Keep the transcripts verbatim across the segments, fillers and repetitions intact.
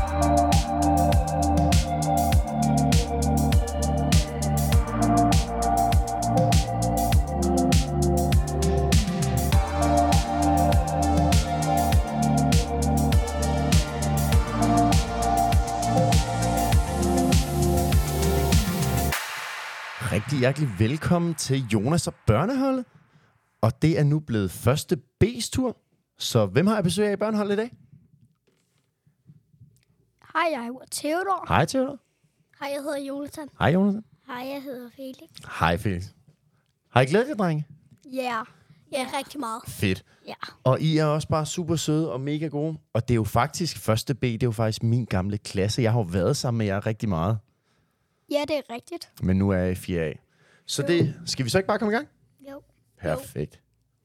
Rigtig hjertelig velkommen til Jonas og Børneholdet. Og det er nu blevet første B's tur. Så hvem har jeg besøg af i Børneholdet i dag? Hej, jeg hedder Theodor. Hej Theodor. Hej, jeg hedder Jonathan. Hej Jonathan. Hej, jeg hedder Felix. Hej Felix. Har I glædet jer, drenge? Ja, yeah. ja, yeah, rigtig meget. Fedt. Ja. Og I er også bare super søde og mega gode. Og det er jo faktisk første B, det er jo faktisk min gamle klasse. Jeg har jo været sammen med jer rigtig meget. Ja, det er rigtigt. Men nu er jeg i fire A. Så Jo. det, skal vi så ikke bare komme i gang? Jo. Perfekt.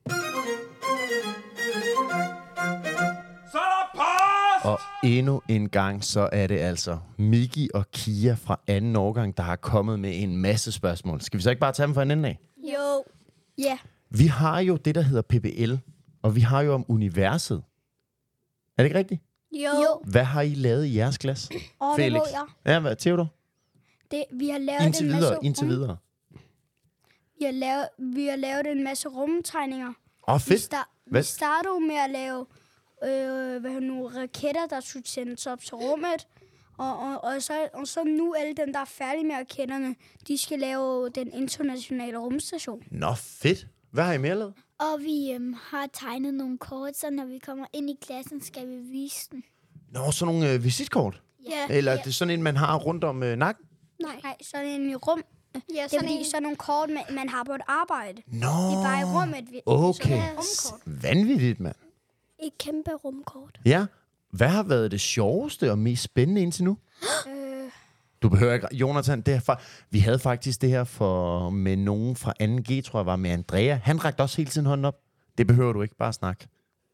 Så er der post! Og endnu en gang, så er det altså Miki og Kia fra anden årgang, der har kommet med en masse spørgsmål. Skal vi så ikke bare tage dem fra en ende af? Jo. Ja. Vi har jo det, der hedder P B L, og vi har jo om universet. Er det ikke rigtigt? Jo. jo. Hvad har I lavet i jeres klasse? Og det Felix? ved jeg. Ja, hvad? Theodor? Det, vi har lavet Indtil en videre, masse indtil rum- videre. Vi har lavet, vi har lavet en masse rumtegninger. Åh, oh, Vi, fedt. star- Hvad? vi startede jo med at lave øh, hvad, nogle raketter, der skulle sendes op til rummet. Og, og, og, så, og så nu alle dem, der er færdige med raketterne, de skal lave den internationale rumstation. Nå, fedt. Hvad har I mere lavet? Og vi øhm, har tegnet nogle kort, så når vi kommer ind i klassen, skal vi vise den. Nå, sådan nogle øh, visitkort. Ja. Eller det er sådan en, man har rundt om øh, nakken? Nej, Nej sådan en i rum. Ja, Det er fordi, sådan nogle kort, man, man har på et arbejde. Nå, De er bare i rummet. Vi, okay. Sådan et rumkort. Vanvittigt, mand. Et kæmpe rumkort. Ja. Hvad har været det sjoveste og mest spændende indtil nu? Øh, Du behøver ikke... Jonathan, det er fa- vi havde faktisk det her for med nogen fra anden G, tror jeg var med Andrea. Han rakte også hele tiden hånden op. Det behøver du ikke, bare snak.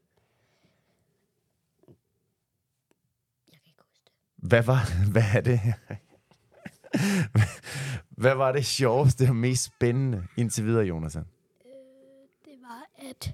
Hvad var... Hvad er det her? Hvad var det sjoveste og mest spændende indtil videre, Jonathan? det var, at,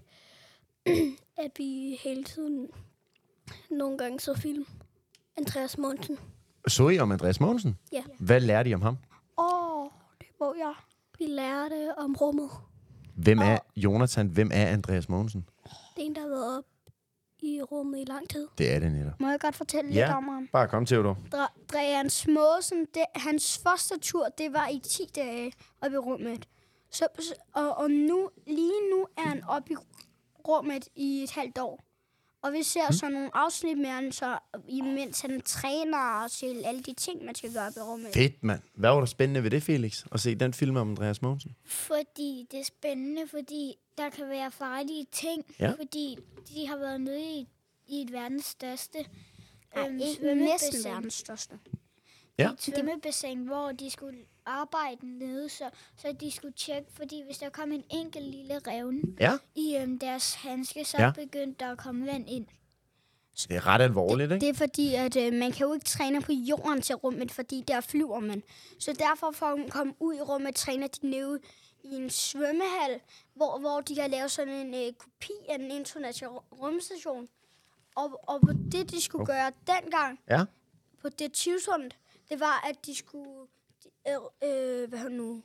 at vi hele tiden nogle gange så film. Andreas Mogensen. Så I om Andreas Mogensen? Ja. Hvad lærte I om ham? Åh, oh, det var jeg. Vi lærte om rummet. Hvem er Jonathan? Hvem er Andreas Mogensen? Det er en, der har været op i rummet i lang tid. Det er det netop. Må jeg godt fortælle Ja. lidt om ham? Bare kom til, du. Dre- Dreans Mogensen, det, hans første tur, det var i ti dage op i rummet. Så, så- og, og nu, lige nu er han oppe i rummet i et halvt år. Og vi ser sådan nogle afsnit med ham, så imens han træner til alle de ting, man skal gøre op i rummet. Fedt, mand. Hvad var der spændende ved det, Felix? At se den film om Andreas Mogensen? Fordi det er spændende, fordi der kan være farlige ting. Ja. Fordi de har været nede i, i et verdens største Nej, øhm, ikke næsten svømmebassin. verdens største. Ja. Et svømmebassin, hvor de skulle arbejde nede, så, så de skulle tjekke, fordi hvis der kom en enkelt lille revne Ja. i øhm, deres handske, så Ja. ja. begyndte der at komme vand ind. Det er ret alvorligt, Det, ikke? det er fordi, at øh, man kan jo ikke træne på jorden til rummet, fordi der flyver man. Så derfor for at komme ud i rummet, træner de nede i en svømmehal, hvor, hvor de kan lave sådan en øh, kopi af den internationale rumstation. Og, og på det, de skulle gøre dengang, Ja. på det tidspunkt, det var, at de skulle... Øh, øh, hvad hedder nu?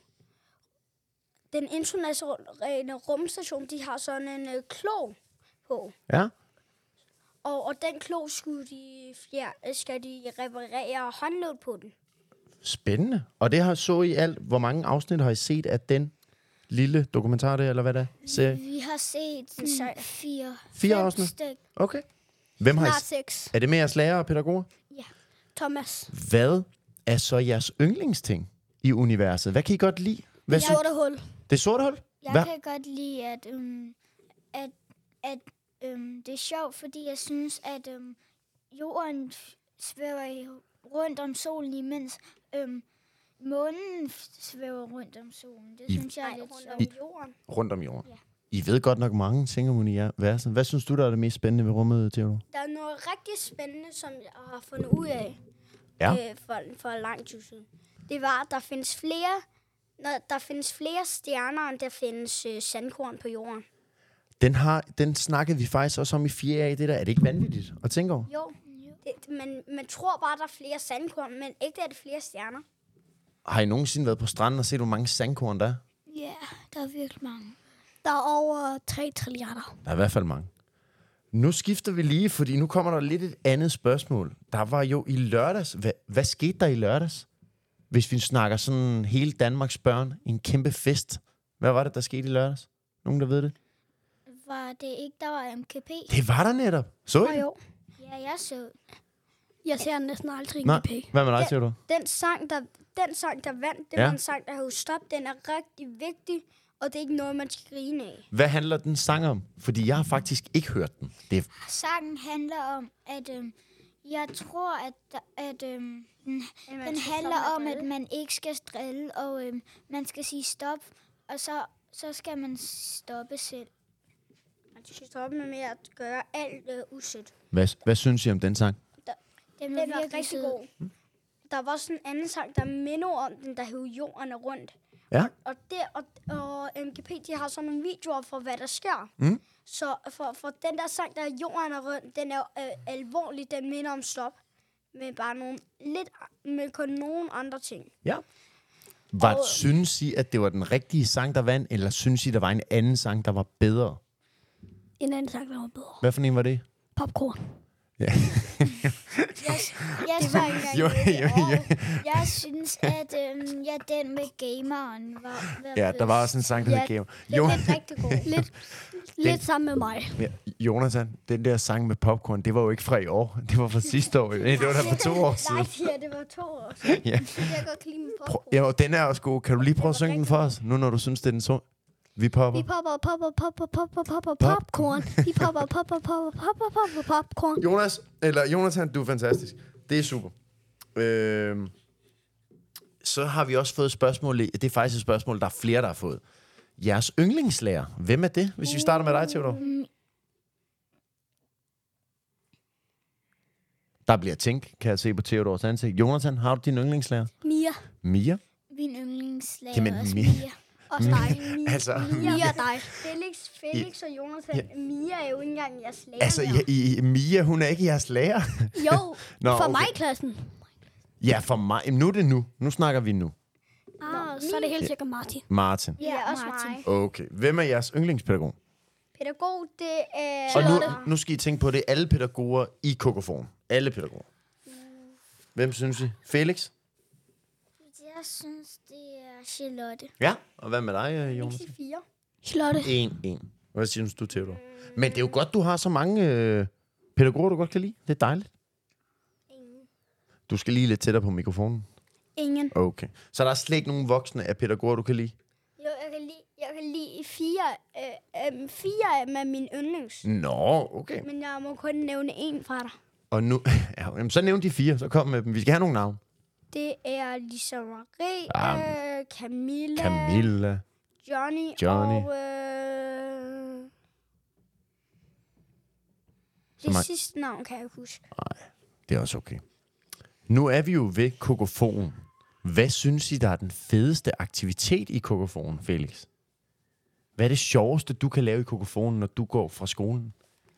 Den internationale rumstation, de har sådan en øh, klo på. Ja. Og, og den klo skulle de, ja, skal de reparere håndled på den. Spændende. Og det har så I alt. Hvor mange afsnit har I set af den lille dokumentar der, eller hvad det er? Serie? Vi har set Så- mm, fire, Fire fem afsnit? styk. Okay. Hvem har I... Snart seks. Er det med jeres lærere og pædagoger? Thomas. Hvad er så jeres yndlingsting i universet? Hvad kan I godt lide? Hvad Det synes... sorte hul. Det er sorte hul? Jeg Hvad? kan godt lide, at, um, at, at um, det er sjovt, fordi jeg synes, at um, jorden f- svæver i- rundt om solen, imens um, månen f- svæver rundt om solen. Det I- synes jeg er lidt rundt sjovt. om jorden. Rundt om jorden. Ja. I ved godt nok mange ting om universet. Hvad synes du, der er det mest spændende ved rummet, Theodor? Der er noget rigtig spændende, som jeg har fundet ud af Ja. øh, for, for lang tid siden. Det var, at der findes flere, når der findes flere stjerner, end der findes øh, sandkorn på jorden. Den, har, den snakkede vi faktisk også om i fjerde A, det der. Er det ikke vanvittigt at tænke over? Jo. Det, man, man tror bare, der er flere sandkorn, men ikke er det flere stjerner. Har I nogensinde været på stranden og set, hvor mange sandkorn der er? Ja, der er virkelig mange. Der er over tre trilliarder. Der er i hvert fald mange. Nu skifter vi lige, fordi nu kommer der lidt et andet spørgsmål. Der var jo i lørdags... Hvad, hvad skete der i lørdags? Hvis vi snakker sådan hele Danmarks børn, en kæmpe fest. Hvad var det, der skete i lørdags? Nogen, der ved det? Var det ikke, der var M K P? Det var der netop. Så I Og det? jo, Ja, jeg så. jeg ser næsten aldrig Nej. M G P. Hvad med dig, siger du? Den sang, der, den sang, der vandt, det Ja. var en sang, der hed Stop. Den er rigtig vigtig, og det er ikke noget, man skal grine af. Hvad handler den sang om? Fordi jeg har faktisk ikke hørt den. Det er... Sangen handler om, at øhm, jeg tror, at, der- at øhm, den, At man den skal handler stoppe om, med at drille. man ikke skal drille, og øhm, man skal sige stop, og så, så skal man stoppe selv. Man skal stoppe med at gøre alt øh, usødt. Hvad, hvad synes I om den sang? Den Den var var virkelig rigtig sød. god. Der var sådan en anden sang, der minder om den, der hed Jorden er rundt. Ja. Og, det, og, og M G P, de har sådan nogle videoer for, hvad der sker. Mm. Så for, for den der sang, der er Jorden er rundt, den er øh, alvorlig. Den minder om stop. Men bare nogle, lidt, med kun nogle andre ting. Ja. Var, Og- synes I, at det var den rigtige sang, der vandt, eller synes I, der var en anden sang, der var bedre? En anden sang, der var bedre. Hvad for en var det? Popcorn. Ja. Jeg, jeg, Det var ikke engang Jo, det. jo, jo. jeg synes, at øhm, ja, den med gameren var, var Ja, fed. der var også en sang, der Ja, hed Gamer. Det Jo, er rigtig god. Lidt, lidt sammen med mig. ja, Jonathan, den der sang med popcorn, det var jo ikke fra i år. Det var fra sidste år. Nej, det var der for to år siden. Nej, ja, det var to år siden. Ja. Det kan jeg godt lide med Prøv, popcorn. ja, og den er også god. Kan du lige prøve at var synge den rigtig for os, nu når du synes, det er den så? Vi popper. Vi popper, popper, popper, popper, popper, popcorn. Vi popper, popper, popper, popper, popper, popcorn. Jonas, eller Jonathan, du er fantastisk. Det er super. Øhm, så har vi også fået et spørgsmål. Det er faktisk et spørgsmål, der er flere, der har fået. Jeres yndlingslærer, hvem er det? Hvis vi starter med dig, Theodor. Der bliver tænkt, kan jeg se på Theodors ansigt. Jonathan, har du din yndlingslærer? Mia. Mia? Min yndlingslærer Jamen, er også Mia. Mia. Også dig. Altså, Mia og dig. Felix, Felix og Jonathan. Ja. Mia er jo ikke engang jeres lærer. altså mere. I, I, Mia, hun er ikke jeres lærer. Jo, Nå, for okay. mig i klassen. Ja, for mig. Jamen, nu er det nu. Nu snakker vi nu. Ah, så er det helt sikkert Martin. Martin. Ja, også Martin. mig. Okay. Hvem er jeres yndlingspædagog? Pædagog, det er... Og nu, Charlotte. nu skal I tænke på, det er alle pædagoger i kokoform. Alle pædagoger. Hvem synes I? Felix? Jeg synes, det er Charlotte. Ja. Og hvad med dig, øh, Jonas? Felix i fire. Charlotte. En, en. Hvad synes du, Theodor? Men det er jo godt, du har så mange øh, pædagoger, du godt kan lide. Det er dejligt. Du skal lige lidt tættere på mikrofonen. Ingen. Okay. Så der er slet ikke nogen voksne af pædagoger, du kan lide? Jo, jeg kan lide, jeg kan lide fire. Øh, øh, fire af dem er min yndlings. Nå, okay. Men jeg må kun nævne en fra dig. Og nu... Ja, jamen, så nævn de fire, så kom med dem. Vi skal have nogle navne. Det er Lisa Marie, Ah, øh, Camilla, Camilla. Johnny, Johnny. og... Øh, Så det man- sidste navn kan jeg ikke huske. Det er også okay. Nu er vi jo ved kokofonen. Hvad synes I, der er den fedeste aktivitet i kokofonen, Felix? Hvad er det sjoveste, du kan lave i kokofonen, når du går fra skolen?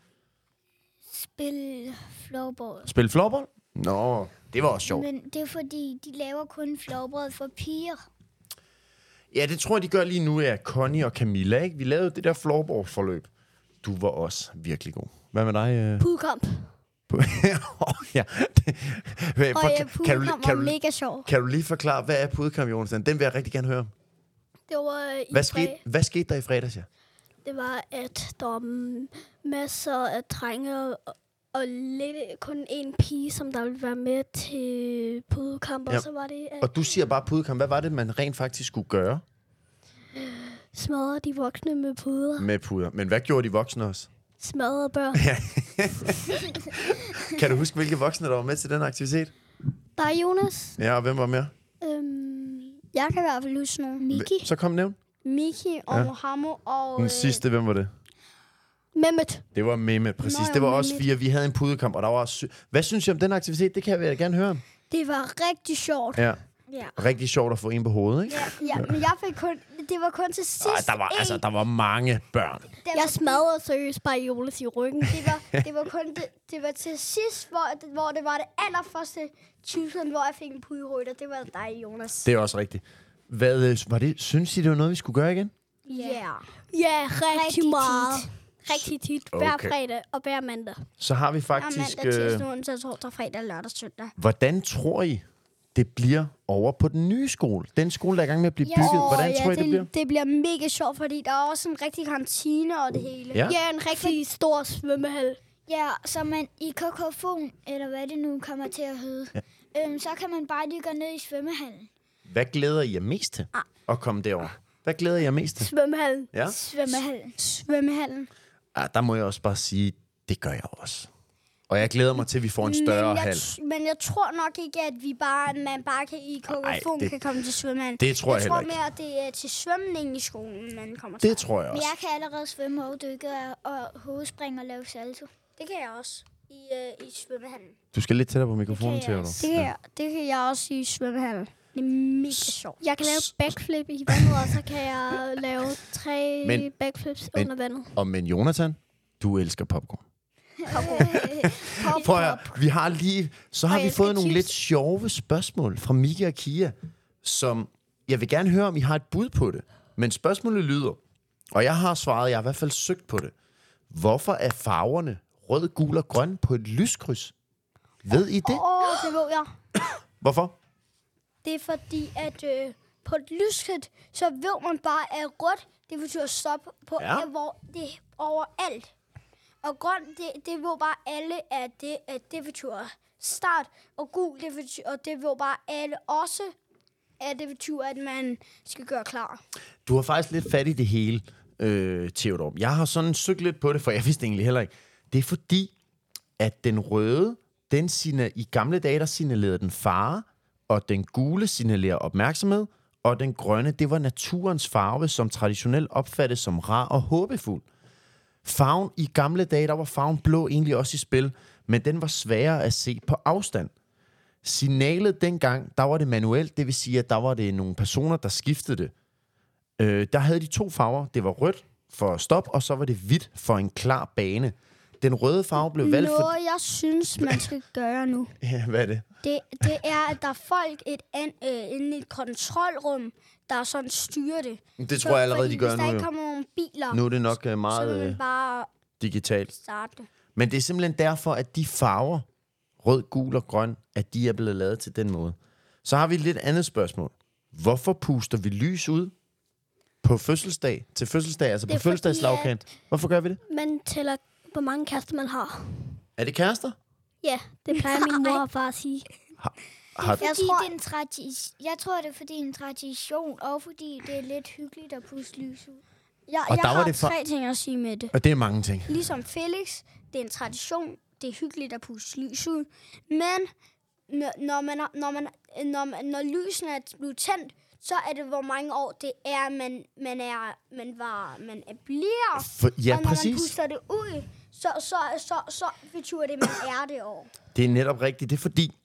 Spil floorball. Spille floorball? Nå, det var også sjovt. Men det er fordi, de laver kun floorball for piger. Ja, det tror jeg, de gør lige nu, er Connie og Camilla, ikke? Vi lavede det der floorball-forløb. Du var også virkelig god. Hvad med dig? Øh? Pudkamp. oh, ja. Hvad, Og for, ja, kan, kan, du, Pudkamp kan, var du, mega sjov. kan du lige forklare, hvad er pudkamp, Jonathan? Den vil jeg rigtig gerne høre. Det var i Hvad fred- skete, hvad skete der i fredags, ja? Det var, at der var m- masser af drenge og, og lidt kun en pige, som der ville være med til pudekamp. Ja. Og så var det at Og du siger bare pudkamp. Hvad var det, man rent faktisk skulle gøre smadre de voksne med puder. med puder? Men hvad gjorde de voksne også? Smadre børn. Kan du huske, hvilke voksne, der var med til den aktivitet? Der er Jonas. Ja, og hvem var med? Øhm, jeg kan i hvert fald huske nogle. Miki. Så kom nævn. Miki og Ja. Mohammed og... Den øh, sidste, hvem var det? Mehmet. Det var Mehmet, præcis. Nå, ja, det var også Mehmet. fire. Vi havde en pudekamp, og der var sy- Hvad synes I om den aktivitet? Det kan jeg gerne høre. Det var rigtig sjovt. Ja. Ja. Rigtig sjovt at få en på hovedet, ikke? Ja, ja, men jeg fik kun, det var kun til sidst. Ej, der var, altså, der var mange børn. Det Jeg var, smadrede seriøst bare Jonas i ryggen. det var, det var kun det, det var til sidst, hvor, hvor det var det allerførste tusind, hvor jeg fik en puderytter. Det var dig, Jonas. Det er også rigtigt. Hvad, øh, var det, synes I, det var noget, vi skulle gøre igen? Ja. Yeah. Ja, rigtig, Rigtig meget. Rigtig tit. Hver Okay. fredag og hver mandag. Så har vi Og faktisk... mandag, Øh, tirsdag, onsdag, torsdag, fredag, lørdag, søndag. hvordan tror I, det bliver over på den nye skole? Den skole, der er i gang med at blive bygget. Hvordan Åh, tror I, ja, det bliver? det bliver mega sjovt, fordi der er også en rigtig kantine og det hele. Ja. Ja, en rigtig stor svømmehal. Ja, så man i K K F'en, eller hvad det nu kommer til at hedde, Ja. øhm, så kan man bare lige gå ned i svømmehallen. Hvad glæder I jer mest til at komme derover? Hvad glæder I jer mest til? Svømmehallen. Ja? Svømmehallen. Svømmehallen. Ja, der må jeg også bare sige, det gør jeg også. Og jeg glæder mig til, at vi får en større men jeg, hal. t- men jeg tror nok ikke, at vi bare, man bare kan i K Ej, K F'en det- kan komme til svømmehallen. det tror jeg jeg tror heller ikke. mere, at det er til svømning i skolen, man kommer til. Det tror jeg Men også. jeg kan allerede svømme og dykke og, og hovedspring og lave salto. Det kan jeg også i, øh, i svømmehallen. Du skal lidt tættere på mikrofonen, Det kan jeg Theodor. Det kan, jeg, det kan jeg også i svømmehallen. Det er mega sjovt. Jeg kan lave backflip i vandet, og så kan jeg lave tre Men- backflips men- under vandet. Og men Jonathan, du elsker popcorn. Prøv at høre, vi har lige, så har Og vi jeg fået elsker nogle chips. lidt sjove spørgsmål fra Mika og Kia, som jeg vil gerne høre, om I har et bud på det. Men spørgsmålet lyder, og jeg har svaret, jeg har i hvert fald søgt på det. Hvorfor er farverne rød, gul og grøn på et lyskryds? Ved I det? Åh, oh, det ved jeg. Hvorfor? Det er fordi, at øh, på et lyskryds, så ved man bare, at rødt, det betyder stop på, Ja. ja. hvor det er overalt. Og grøn, det, det ved bare alle, at det, at det betyder start. Og gul, det betyder, og det ved bare alle også, at det betyder, at man skal gøre klar. Du har faktisk lidt fat i det hele, øh, Theodor. Jeg har sådan søgt lidt på det, for jeg vidste egentlig heller ikke. Det er fordi, at den røde, den signal, i gamle dage, der signalerede den fare, og den gule signalerer opmærksomhed, og den grønne, det var naturens farve, som traditionelt opfattes som rar og håbefuld. Farven i gamle dage, der var farven blå egentlig også i spil, men den var sværere at se på afstand. Signalet dengang, der var det manuelt, det vil sige, at der var det nogle personer, der skiftede det. Øh, der havde de to farver. Det var rødt for stop, og så var det hvidt for en klar bane. Den røde farve blev valgt for... Noget, jeg synes, man skal gøre nu, Ja, hvad er det? det, det er, at der er folk et an, øh, inde i et kontrolrum, der sådan styrer det. Det tror jeg allerede, Fordi de gør hvis der nu. ikke Jo. kommer nogle biler, Nu er det nok uh, så meget vil uh, man bare digitalt. starte det. Men det er simpelthen derfor, at de farver, rød, gul og grøn, at de er blevet lavet til den måde. Så har vi et lidt andet spørgsmål. Hvorfor puster vi lys ud på fødselsdag, til fødselsdag, altså Det på er fordi, fødselsdagslagkagen? Hvorfor gør vi det? Man tæller, hvor mange kærester man har. Er det kærester? Ja, det plejer min mor og far at sige. Har, Fordi Jeg tror- det er en tradi- jeg tror, det er fordi en tradition, og fordi det er lidt hyggeligt at puste lys ud. Jeg, Og jeg der var har det for- tre ting at sige med det. og det er mange ting. Ligesom Felix, det er en tradition, det er hyggeligt at puste lys ud. Men når, når, man, er- når, man, når, man, når lysene er blevet tændt, så er det, hvor mange år det er, man, man, er, man, var, man er bliver. For, ja, og når præcis. man puster det ud, så, så, så, så betyder det, at man er det år. Det er netop rigtigt. Det er fordi,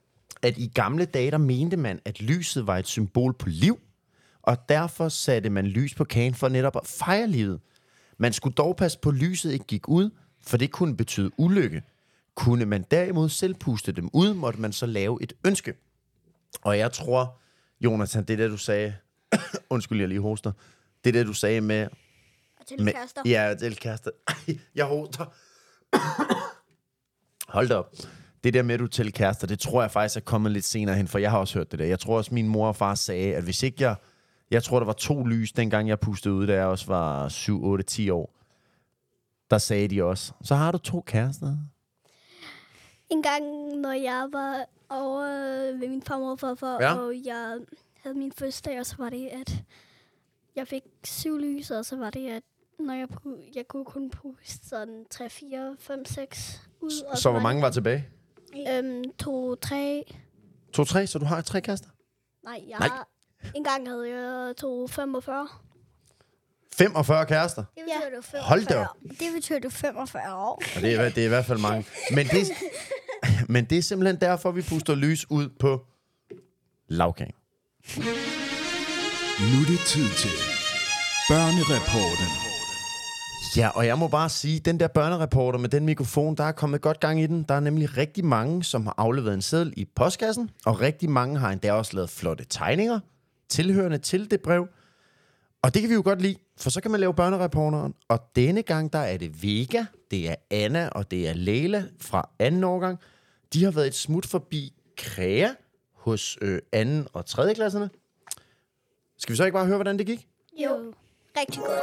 at i gamle dage, der mente man, at lyset var et symbol på liv, og derfor satte man lys på kagen for netop at fejre livet. Man skulle dog passe på, at lyset ikke gik ud, for det kunne betyde ulykke. Kunne man derimod selv puste dem ud, måtte man så lave et ønske. Og jeg tror, Jonathan, det er det, du sagde... Undskyld, jeg lige hoster. Det er det, du sagde med... Og til med kærester. ja, til kærester. Ej, jeg hoster. Hold da op. Det der med, at du tæller kærester, det tror jeg faktisk er kommet lidt senere hen, for jeg har også hørt det der. Jeg tror også, min mor og far sagde, at hvis ikke jeg... Jeg tror, der var to lys, dengang jeg pustede ud, da jeg også var syv, otte, ti år. Der sagde de også, så har du to kærester. En gang, når jeg var over ved min farmor og farfar, Ja. ja. og jeg havde min fødselsdag, og så var det, at jeg fik syv lys, og så var det, at når jeg, pu- jeg kunne kun puste sådan tre, fire, fem, seks ud. Og Så hvor var mange var tilbage? det, Øhm, to, tre. To, tre, så du har tre kærester? Nej, jeg Nej. har... En gang havde jeg to femogfyrre. femogfyrre kærester? Det betyder, ja. du femogfyrre. Hold da op. Det betyder, du femogfyrre år. Og det er, det er i hvert fald mange. Men det, men det er simpelthen derfor, vi puster lys ud på lagkagen. Nu er det tid til Børnereporten. Ja, og jeg må bare sige, den der børnereporter med den mikrofon, der er kommet godt gang i den. Der er nemlig rigtig mange, som har afleveret en seddel i postkassen, og rigtig mange har endda også lavet flotte tegninger, tilhørende til det brev. Og det kan vi jo godt lide, for så kan man lave børnereporteren. Og denne gang, der er det Vega, det er Anna og det er Leila fra anden årgang. De har været et smut forbi Krea hos øh, anden og tredje klasserne. Skal vi så ikke bare høre, hvordan det gik? Jo, rigtig godt.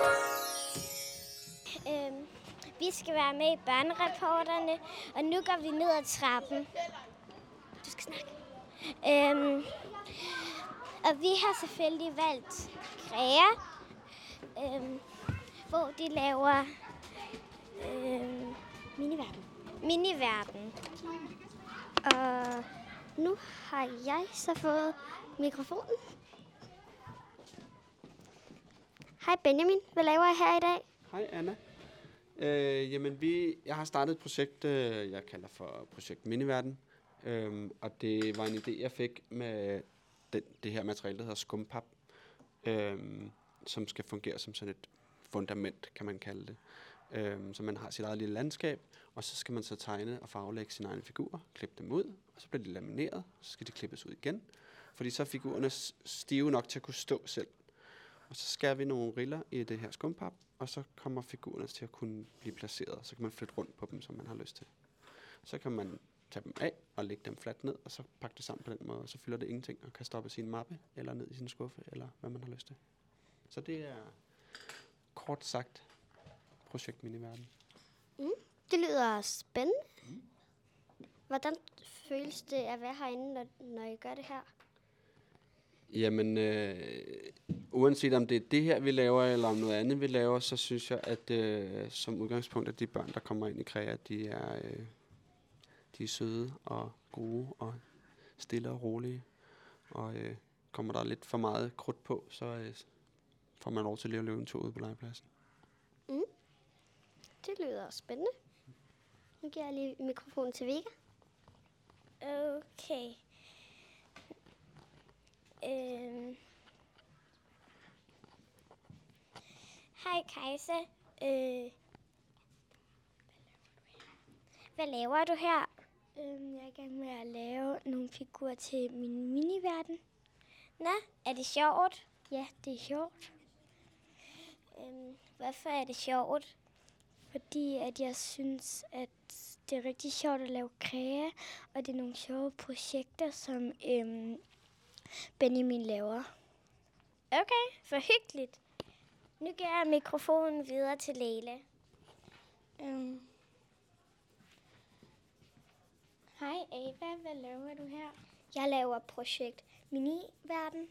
Øhm, vi skal være med i børnereporterne, og nu går vi ned ad trappen. Du skal snakke. Øhm, og vi har selvfølgelig valgt Krea, øhm, hvor de laver øhm, miniverden. Miniverden. Og nu har jeg så fået mikrofonen. Hej Benjamin, hvad laver jeg her i dag? Hej Anna. Øh, jamen vi, jeg har startet et projekt, øh, jeg kalder for projekt Miniverden. Øh, og det var en idé, jeg fik med den, det her materiale, der hedder skumpap. Øh, som skal fungere som sådan et fundament, kan man kalde det. Øh, så man har sit eget lille landskab, og så skal man så tegne og farvelægge sine egne figurer, klippe dem ud, og så bliver de lamineret, og så skal de klippes ud igen. Fordi så er figurerne stive nok til at kunne stå selv. Og så skærer vi nogle riller i det her skumpap, og så kommer figurerne til at kunne blive placeret. Så kan man flytte rundt på dem, som man har lyst til. Så kan man tage dem af og lægge dem fladt ned, og så pakke det sammen på den måde. Og så fylder det ingenting og kan stoppe i sin mappe, eller ned i sin skuffe, eller hvad man har lyst til. Så det er kort sagt projekt Miniverden. Mm, det lyder spændende. Mm. Hvordan føles det at være herinde, når, når I gør det her? Jamen, øh, uanset om det er det her, vi laver, eller om noget andet, vi laver, så synes jeg, at øh, som udgangspunkt, at de børn, der kommer ind i Krea, de er, øh, de er søde og gode og stille og rolige. Og øh, kommer der lidt for meget krudt på, så øh, får man lov til at løbe en tur ude på legepladsen. Mm. Det lyder spændende. Nu giver jeg lige mikrofonen til Vega. Okay. Øhm. Hej Kajsa. Øh. Hvad laver du her? Øhm, jeg er i gang med at lave nogle figurer til min miniverden. Nå, er det sjovt? Ja, det er sjovt. Øhm, hvorfor er det sjovt? Fordi at jeg synes, at det er rigtig sjovt at lave Krea, og det er nogle sjove projekter, som øhm, Benjamin laver. Okay, for hyggeligt. Nu giver jeg mikrofonen videre til Leila. Um. Hej Ava, hvad laver du her? Jeg laver projekt Miniverden.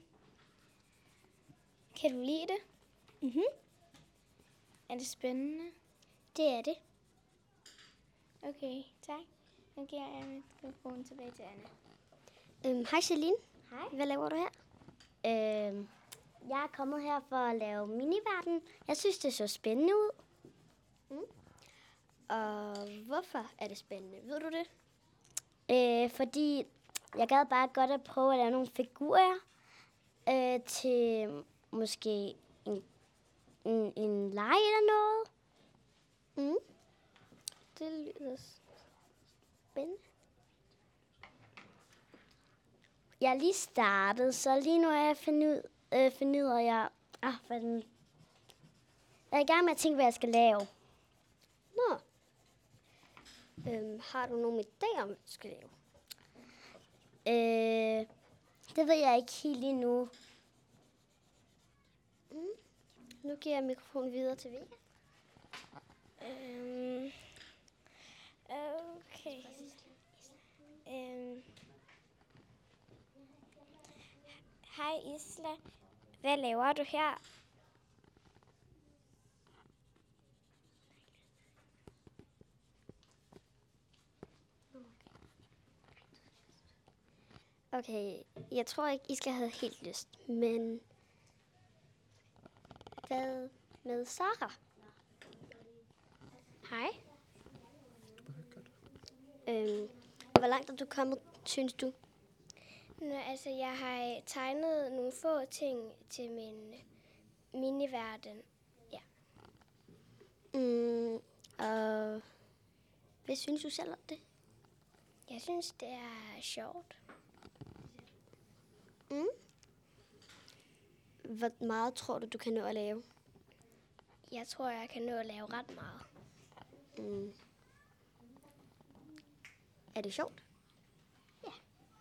Kan du lide det? Mhm. Er det spændende? Det er det. Okay, tak. Nu giver jeg mikrofonen tilbage til Anna. Um, hej Celine. Hej. Hvad laver du her? Øhm, jeg er kommet her for at lave miniverden. Jeg synes, det så spændende ud. Mm. Og hvorfor er det spændende? Ved du det? Øh, fordi jeg gad bare godt at prøve at lave nogle figurer øh, til måske en, en, en lege eller noget. Mm. Det lyder spændende. Jeg er lige startet, så lige nu er jeg fundet, øh, fundet ud af, jeg, ah, hvad den, jeg er i gang med at tænke, hvad jeg skal lave. Nå. Øhm, har du nogen idé om, hvad du skal lave? Øh, det ved jeg ikke helt lige nu. Mm. Nu giver jeg mikrofonen videre til Vega. Øhm, okay. Øhm. Hej Isla. Hvad laver du her? Okay, jeg tror ikke, Isla havde helt lyst, men hvad med Sara? Hej. Øhm, hvor langt er du kommet, synes du? Nå, altså, jeg har tegnet nogle få ting til min miniverden. Ja. Mm, og hvad synes du selv om det? Jeg synes, det er sjovt. Mm. Hvor meget tror du, du kan nå at lave? Jeg tror, jeg kan nå at lave ret meget. Mm. Er det sjovt? Ja.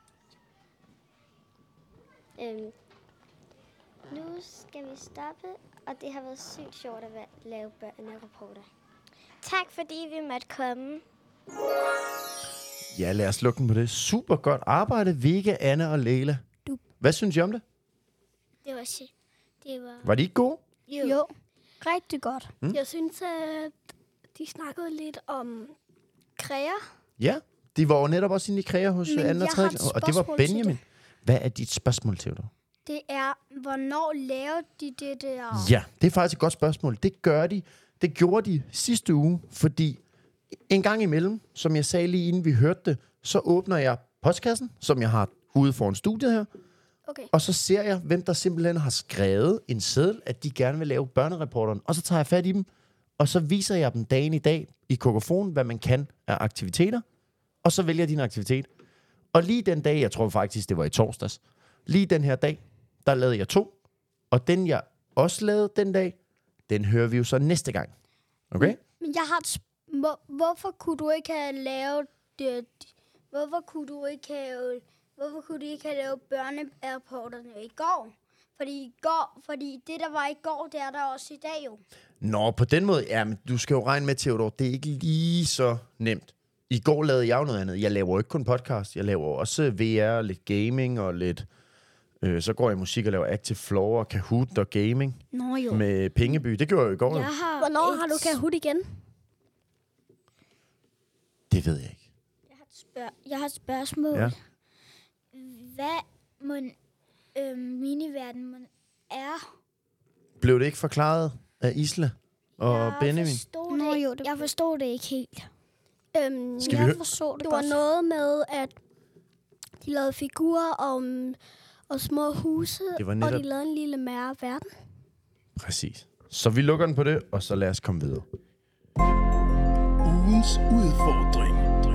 Øhm, nu skal vi stoppe, og det har været sygt sjovt at væ- lave børnerapporter. Tak, fordi vi måtte komme. Ja, lad os lukke den på det. Super godt arbejde, Vega, Anne og Leila. Du. Hvad synes I om det? Det var shit. Det var... Var de ikke gode? Jo. jo. Rigtig godt. Mm. Jeg synes, at de snakkede lidt om kræer. Ja, de var jo netop også inde i kræer hos Men anden og jeg har tredje. et Og det var spørgsmål til Benjamin. Hvad er dit spørgsmål, Theodor? Det er, hvornår lavede de det der? Ja, det er faktisk et godt spørgsmål. Det gør de. Det gjorde de sidste uge, fordi en gang imellem, som jeg sagde lige inden vi hørte det, så åbner jeg postkassen, som jeg har ude foran studiet her, Okay. og så ser jeg, hvem der simpelthen har skrevet en seddel, at de gerne vil lave børnereporteren, og så tager jeg fat i dem, og så viser jeg dem dagen i dag i Kokofon, hvad man kan af aktiviteter, og så vælger jeg din aktivitet. Og lige den dag, jeg tror faktisk, det var i torsdags, lige den her dag, der lavede jeg to, og den jeg også lavede den dag, den hører vi jo så næste gang. Okay? Men jeg har et sp- hvor, hvorfor kunne du ikke have lavet det? Hvorfor kunne du ikke have Hvorfor kunne du ikke have lavet børneairporterne i går? Fordi i går, fordi det der var i går, det er der også i dag jo. Nå, på den måde, ja, men du skal jo regne med, Theodor, det er ikke lige så nemt. I går lavede jeg jo noget andet. Jeg laver jo ikke kun podcast, jeg laver også V R, lidt gaming og lidt... Øh, så går jeg i musik og laver Active Floor og Kahoot og gaming. Nå jo. Med Pengeby. Det gjorde jeg jo i går. Jeg Jo. har Hvornår et, har du Kahoot igen? Det ved jeg ikke. Jeg har et, spørg- jeg har et spørgsmål. Ja. Hvad må øh, miniverden må er? Blev det ikke forklaret af Isla og jeg Benjamin? Forstod Nå, det, jo, det jeg forstod det ikke helt. Øhm, Skal vi jeg høre- forstod det, det var godt. noget med, at de lavede figurer om, og små huse, Det var og netop- de lavede en lille mere verden. Præcis. Så vi lukker den på det, og så lad os komme videre. Ugens udfordring.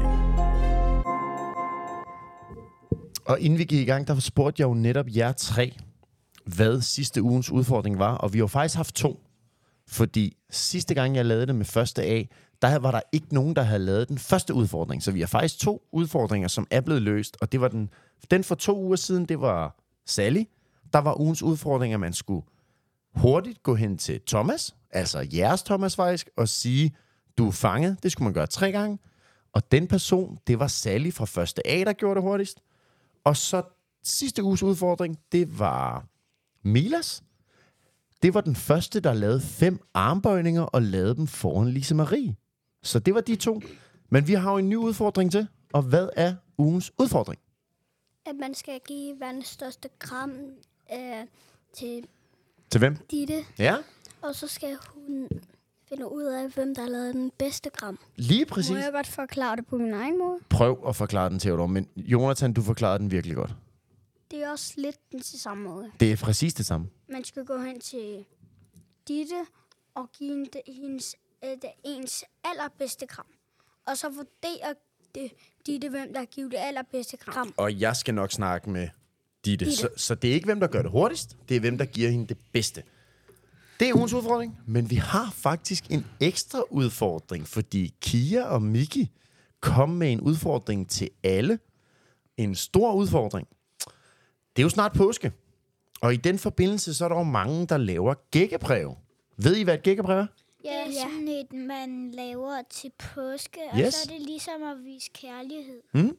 Og inden vi gik i gang, der spurgte jeg jo netop jer tre, hvad sidste ugens udfordring var. Og vi har faktisk haft to. Fordi sidste gang, jeg lavede det med første A, der var der ikke nogen, der havde lavet den første udfordring. Så vi har faktisk to udfordringer, som er blevet løst. Og det var den, den for to uger siden, det var Sally. Der var ugens udfordring, at man skulle hurtigt gå hen til Thomas, altså jeres Thomas faktisk, og sige, du er fanget. Det skulle man gøre tre gange. Og den person, det var Sally fra første A, der gjorde det hurtigst. Og så sidste uges udfordring, det var Milas. Det var den første, der lavede fem armbøjninger og lavede dem foran Lise Marie. Så det var de to. Men vi har jo en ny udfordring til. Og hvad er ugens udfordring? At man skal give verdens største kram øh, til Til hvem? Ditte, Ja, og så skal hun finde ud af, hvem der har lavet den bedste kram. lige præcis. Må jeg godt forklare det på min egen måde? Prøv at forklare den, Theodor. Men Jonathan, du forklarede den virkelig godt. Det er også lidt den til samme måde. Det er præcis det samme. Man skal gå hen til Ditte og give hende hendes, øh, det, ens allerbedste kram. Og så vurderer det, Ditte, hvem der har givet det allerbedste kram. Og jeg skal nok snakke med Ditte. Så, så det er ikke, hvem der gør det hurtigst. Det er, hvem der giver hende det bedste. Det er ugens udfordring. Men vi har faktisk en ekstra udfordring, fordi Kia og Miki kom med en udfordring til alle. En stor udfordring. Det er jo snart påske. Og i den forbindelse, så er der jo mange, der laver gækkebrev. Ved I, hvad et gækkebrev er? Det er sådan et, man laver til påske, og Yes. så er det ligesom at vise kærlighed. Mm?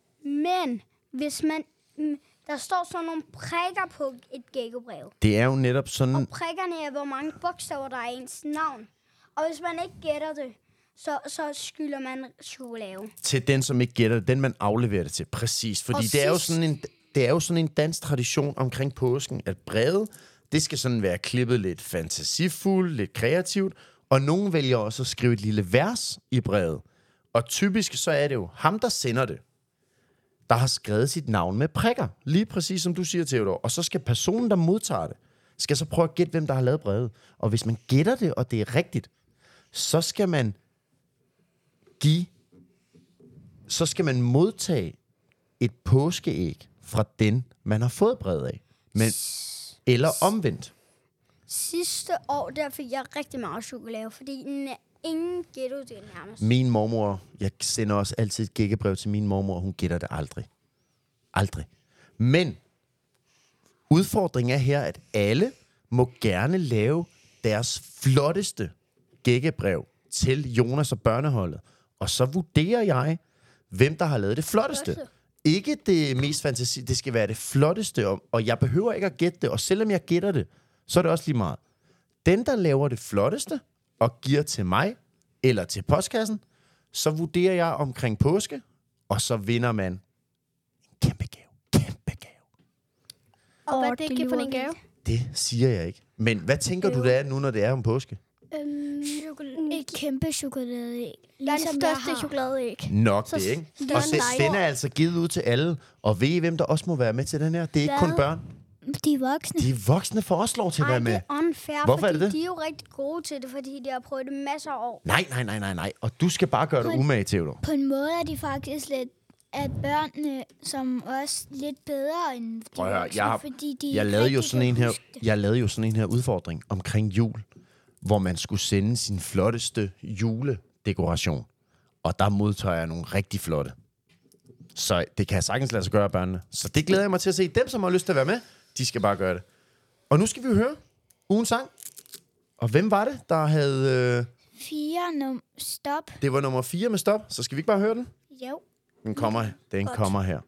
Men hvis man... mm, Der står sådan nogle prikker på et gækkebrev. Det er jo netop sådan... Og prikkerne er, hvor mange bogstaver der er i ens navn. Og hvis man ikke gætter det, så, så skylder man chokolade. Til den, som ikke gætter det, den man afleverer det til. Præcis, fordi Og det er, jo sidst- sådan en, det er jo sådan en dansk tradition omkring påsken, at brevet, det skal sådan være klippet lidt fantasifuldt, lidt kreativt, og nogen vælger også at skrive et lille vers i brevet. Og typisk så er det jo ham, der sender det. der har skrevet sit navn med prikker. Lige præcis som du siger, Theodor. Og så skal personen, der modtager det, skal så prøve at gætte, hvem der har lavet brevet. Og hvis man gætter det, og det er rigtigt, så skal man give, så skal man modtage et påskeæg fra den, man har fået brevet af. Men, eller omvendt. Sidste år, der fik jeg rigtig meget chokolade, fordi ingen gættede det nærmest. Min mormor, jeg sender også altid et gækkebrev til min mormor, og hun gætter det aldrig. Aldrig. Men udfordringen er her, at alle må gerne lave deres flotteste gækkebrev til Jonas og børneholdet. Og så vurderer jeg, hvem der har lavet det flotteste. Flotte. Ikke det mest fantasi, det skal være det flotteste. Og jeg behøver ikke at gætte det, og selvom jeg gætter det, så er det også lige meget. Den, der laver det flotteste og giver til mig, eller til postkassen, så vurderer jeg omkring påske, og så vinder man en kæmpe gave. Kæmpe gave. Og hvad er det for en gave? Det siger jeg ikke. Men hvad tænker du, det er nu, når det er om påske? Øhm, Et kæmpe chokoladeæg. der er Ligesom den jeg største har. chokoladeæg. Nok Så det, ikke? den Og se, er den er altså givet ud til alle. Og ved I, hvem der også må være med til den her? Det er ikke Hvad? kun børn. De er voksne. De voksne får også lov til at Ej, være det med. er unfair, Hvorfor er fordi det det? de er jo rigtig gode til det, fordi de har prøvet det masser af år. Nej, nej, nej, nej, nej. Og du skal bare gøre dig Kun- umage, Theodor. På en måde er de faktisk lidt at børnene som også lidt bedre end de Prøv at høre, voksne, jeg har- fordi de Jeg lavede jo rigtig sådan kan en her, huske det. jeg lavede jo sådan en her udfordring omkring jul, hvor man skulle sende sin flotteste juledekoration. Og der modtager jeg nogle rigtig flotte. Så det kan jeg sagtens lade sig gøre af børnene. Så det glæder jeg mig til at se. Dem, som har lyst til at være med, de skal bare gøre det. Og nu skal vi jo høre ugens sang. Og hvem var det, der havde... Øh, Fire num stop. det var nummer fire med stop. Så skal vi ikke bare høre den? Jo. Den kommer, den kommer her.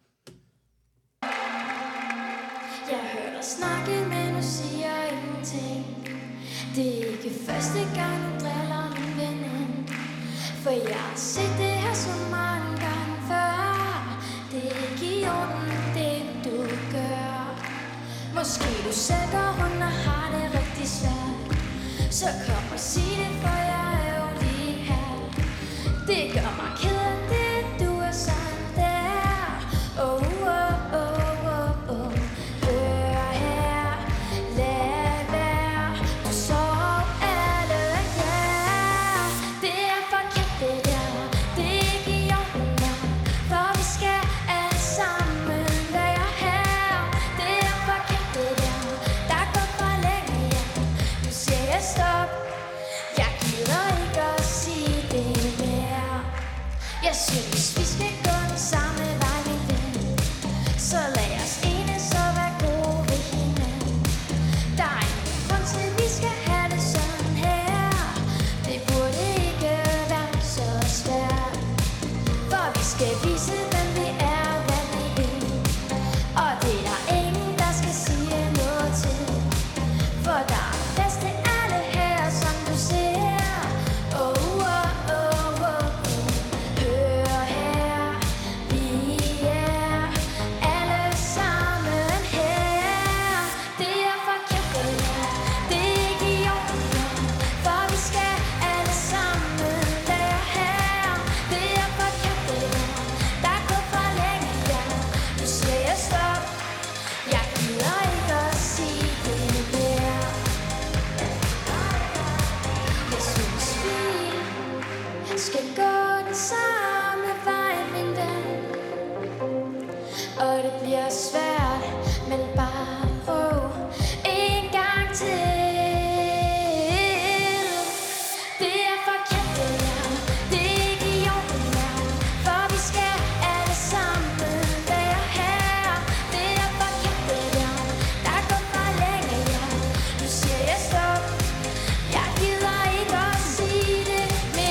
Jeg hører dig snakke, men du siger ingenting. Det er ikke første gang, du driller min veninde. For jeg har set det her så mange gange før. Det er ikke i orden, det du gør. Måske du selv går rundt og har det rigtig svært. Så kom og sig det, for jeg er jo lige her. Det gør mig ked af det, du er sådan der. Oh, oh, oh, oh, oh. Hør her, lad være. Du sov alle, ja. Det er forkert det der, det er ikke i orden der. For vi skal alle sammen være her. Det er forkert det der, der går for længe, ja. Nu siger jeg stop. Jeg gider ikke at sige det mere. Jeg synes vi skal gå den samme vej, min ven. Så lad os enes og være gode ved hinanden. Der er ingen grund til, vi skal have det sådan her. Det burde ikke være så svært. For vi skal vise, hvem vi er, hvad vi vil. Og det er der ingen, der skal sige noget til. For der er plads til alle her, som du ser. Oh, oh, oh, oh, oh. Hør her, vi er alle sammen her. Det er forkert det her, det er ikke i orden her. For vi skal alle sammen være her. Det er forkert det her, der går for længe, ja. Nu siger jeg stop. Jeg gider ikke at sige det mere. Jeg synes vi skal gå den samme vej, min ven. Og det bliver svært, men bare prøv en gang til. Det er forkert det her, det er ikke i orden her. For vi skal alle sammen være her. Det er forkert det der, der går for længe, ja. Nu siger jeg stop. Jeg gider ikke at sige det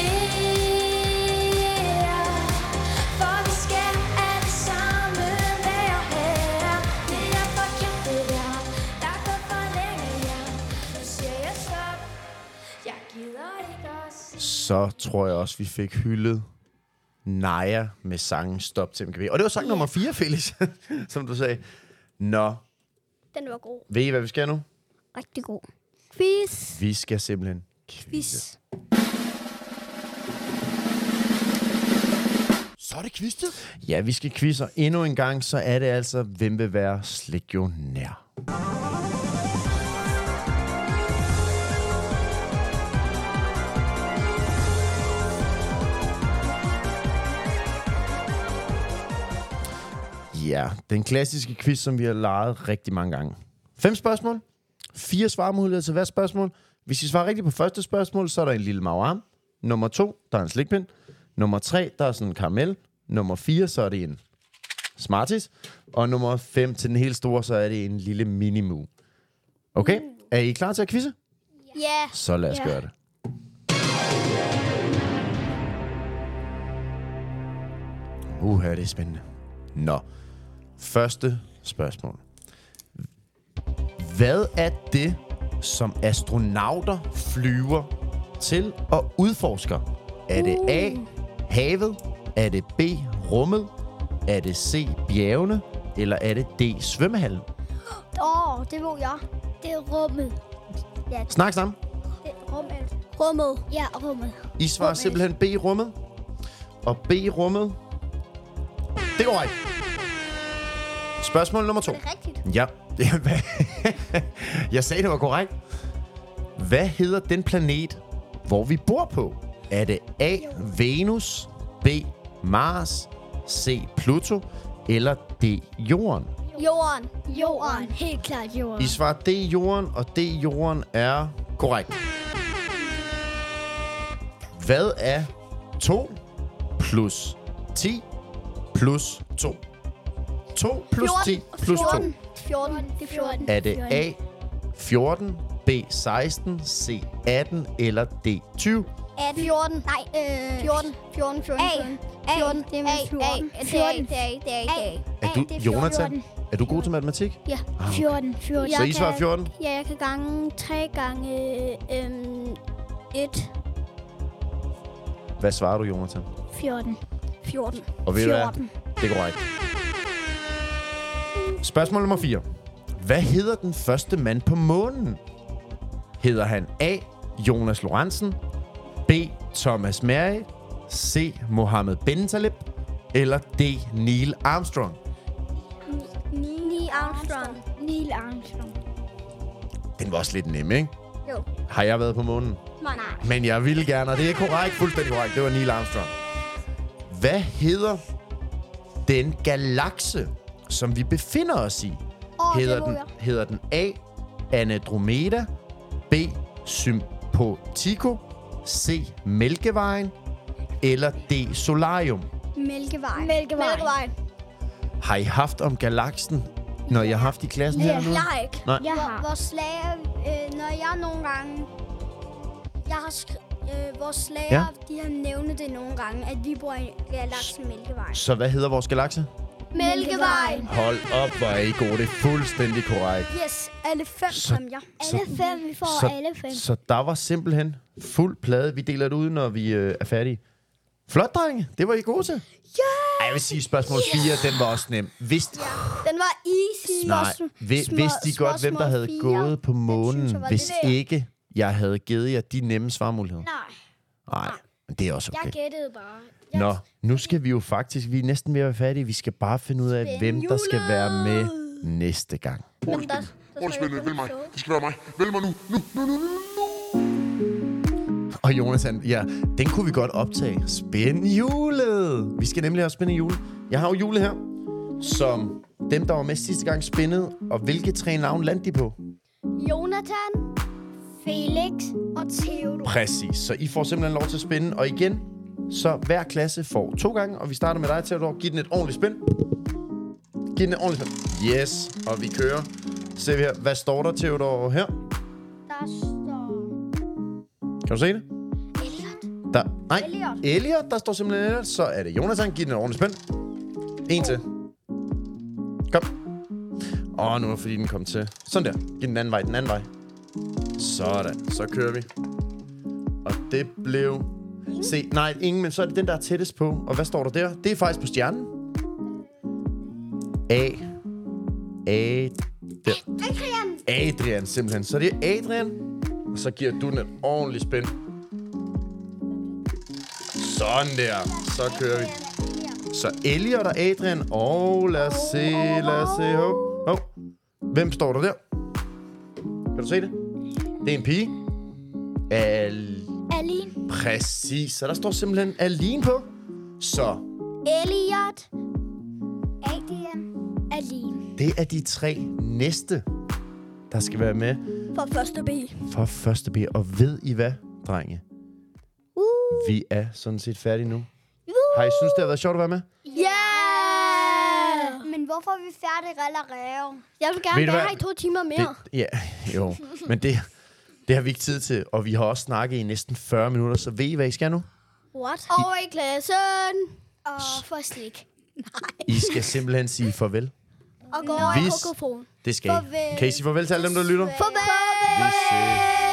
mere. For vi skal alle sammen være her. Det er forkert det der, der går for længe, ja. Nu siger jeg stop. Jeg gider ikke at sige. Så tror jeg også, vi fik hyldet Naja med sangen Stop til M G B. Og det var sang nummer fire, Felix, som du sagde. Nå, Den var god. ved I, hvad vi skal nu? Rigtig god. Quiz. Vi skal simpelthen quizze. Quiz. Så er det quiz-tid. Ja, vi skal quizze, og endnu en gang, så er det altså, hvem vil være slikionær? Ja, den klassiske quiz, som vi har lejet rigtig mange gange. Fem spørgsmål. Fire svarmuligheder til hver spørgsmål. Hvis I svarer rigtigt på første spørgsmål, så er der en lille magarm. Nummer to, der er en slikpind. Nummer tre, der er sådan en karamel. Nummer fire, så er det en Smarties. Og nummer fem, til den helt store, så er det en lille mini-moo. Okay, er I klar til at quizze? Ja. Yeah. Så lad os yeah. gøre det. Uha, det er spændende. Nå, første spørgsmål. Hvad er det, som astronauter flyver til og udforsker? Er det A, havet? Er det B, rummet? Er det C, bjergene? Eller er det D, svømmehallen? Åh, oh, det ved jeg. Det er rummet. Ja. Snak sammen. Det er rummet. Rummet. Ja, rummet. I svarer simpelthen B, rummet. Og B, rummet. Det går rigtigt. Spørgsmål nummer to. Er det rigtigt? Ja. Jeg sagde, det var korrekt. Hvad hedder den planet, hvor vi bor på? Er det A, Venus, B, Mars, C, Pluto eller D, Jorden? Jorden. Jorden. Helt klart jorden. I svarer D, Jorden, og D, Jorden er korrekt. Hvad er to plus ti plus to? to plus ti plus to. fjorten. fjorten. Det er fjorten. Er det A, fjorten, B, seksten, C, atten eller D, tyve? atten. fjorten. Nej, øh... fjorten. fjorten, fjorten, fjorten. fjorten. Det er med fjorten. fjorten. Det er ikke, det er ikke, det er ikke. Er du, Jonathan, er du god til matematik? Ja. Ah, fjorten. fjorten. Så I svarer fjorten? Ja, jeg kan gange tre gange øhm, et. Hvad svarer du, Jonathan? fjorten. fjorten. Og ved du hvad? Det er korrekt. Spørgsmål nummer fire. Hvad hedder den første mand på månen? Hedder han A, Jonas Lorentzen, B, Thomas Merritt, C, Mohammed Bentaleb eller D, Neil Armstrong? Neil Armstrong. Neil Armstrong. Den var også lidt nem, ikke? Jo. Har jeg været på månen? Nej. Men jeg vil gerne, og det er korrekt, fuldstændig korrekt. Det var Neil Armstrong. Hvad hedder den galakse, som vi befinder os i? Oh, hedder, den, hedder den A, Andromeda, B, Symphotico, C, Mælkevejen eller D, Solarium? Mælkevejen. Mælkevejen. Mælkevejen. Har I haft om galaksen, når I har haft i klassen her nu? Jeg har ikke. Nej. Jeg har. Vores lærer, øh, når jeg nogle gange... Jeg har skri- øh, vores lærer, Ja. de har nævnt det nogle gange, at vi bor i galaksen Mælkevejen. Så hvad hedder vores galakse? Mælkevejen. Hold op, hvor er I gode. Det er fuldstændig korrekt. Yes, alle fem Så- kom jeg. så- Alle fem, vi får så, alle fem. Så der var simpelthen fuld plade. Vi deler det ud, når vi øh, er færdige. Flot, drenge. Det var I gode til. Ja! Ej, jeg vil sige, spørgsmål fire, den var også nem. Vidste, Den var easy. nej, Spørgsmål- vi, små- vidste I godt, hvem der havde spørgsmål fire. gået på månen, synes jeg var hvis det der. ikke jeg havde givet jer de nemme svarmuligheder? Nej, Nej, men det er også jeg okay. gættede bare. Jeg Nå, nu skal vi jo faktisk, vi er næsten ved at være færdige. Vi skal bare finde ud af, hvem der skal være med næste gang. Men der, Hvor er det spændende? Vælg mig. Det skal være mig. Vælg mig nu. Nu, nu, nu, nu. Og Jonathan, ja, den kunne vi godt optage. Spænd hjulet! Vi skal nemlig også spænde hjulet. Jeg har jo hjulet her, som dem, der var med sidste gang spændede. Og hvilke tre navn landte de på? Jonathan, Felix og Theodor. Præcis, så I får simpelthen lov til at spænde. Og igen, så hver klasse får to gange. Og vi starter med dig, Theodor. Giv den et ordentligt spænd. Giv den et ordentligt spænd. Yes, og vi kører. Se vi her. Hvad står der, Theodor, her? Der står... Kan du se det? Elliot. Der, nej, Elliot. Elliot, der står simpelthen Elliot. Så er det Jonathan. Giv den et ordentligt spænd. En til. Kom. Åh, nu er det fordi, den kom til. Sådan der. Giv den anden vej, den anden vej. Sådan. Så kører vi. Og det blev... Se, nej, ingen, men så er det den, der er tættest på. Og hvad står der der? Det er faktisk på stjernen. A. A. Der. Adrian. Adrian, simpelthen. Så det er Adrian. Og så giver du den et ordentligt spænd. Sådan der. Så kører vi. Så Elliot og Adrian. Og lad os se, lad os se. Hov, hov. Hvem står der der? Kan du se det? Det er en pige. Al... Aline. Præcis. Så der står simpelthen Aline på. Så Elliot. Adrian. Aline. det er de tre næste, der skal være med For første B. for første B. Og ved I hvad, drenge? Uh. Vi er sådan set færdige nu. Har I synes, det har været sjovt at være med? Ja! Yeah! Men hvorfor er vi færdige allerede? Jeg vil gerne Ved du være hvad? her i to timer mere. Det, ja, jo. Men det, det har vi ikke tid til. Og vi har også snakket i næsten fyrre minutter. Så ved I, hvad I skal nu? What? Over i klassen. Og for slik. I skal simpelthen sige farvel. Og gå over i Hvis- kokofon. Det skal I. Kan I sige farvel til alle dem, der lytter? Farvel! Vi ses.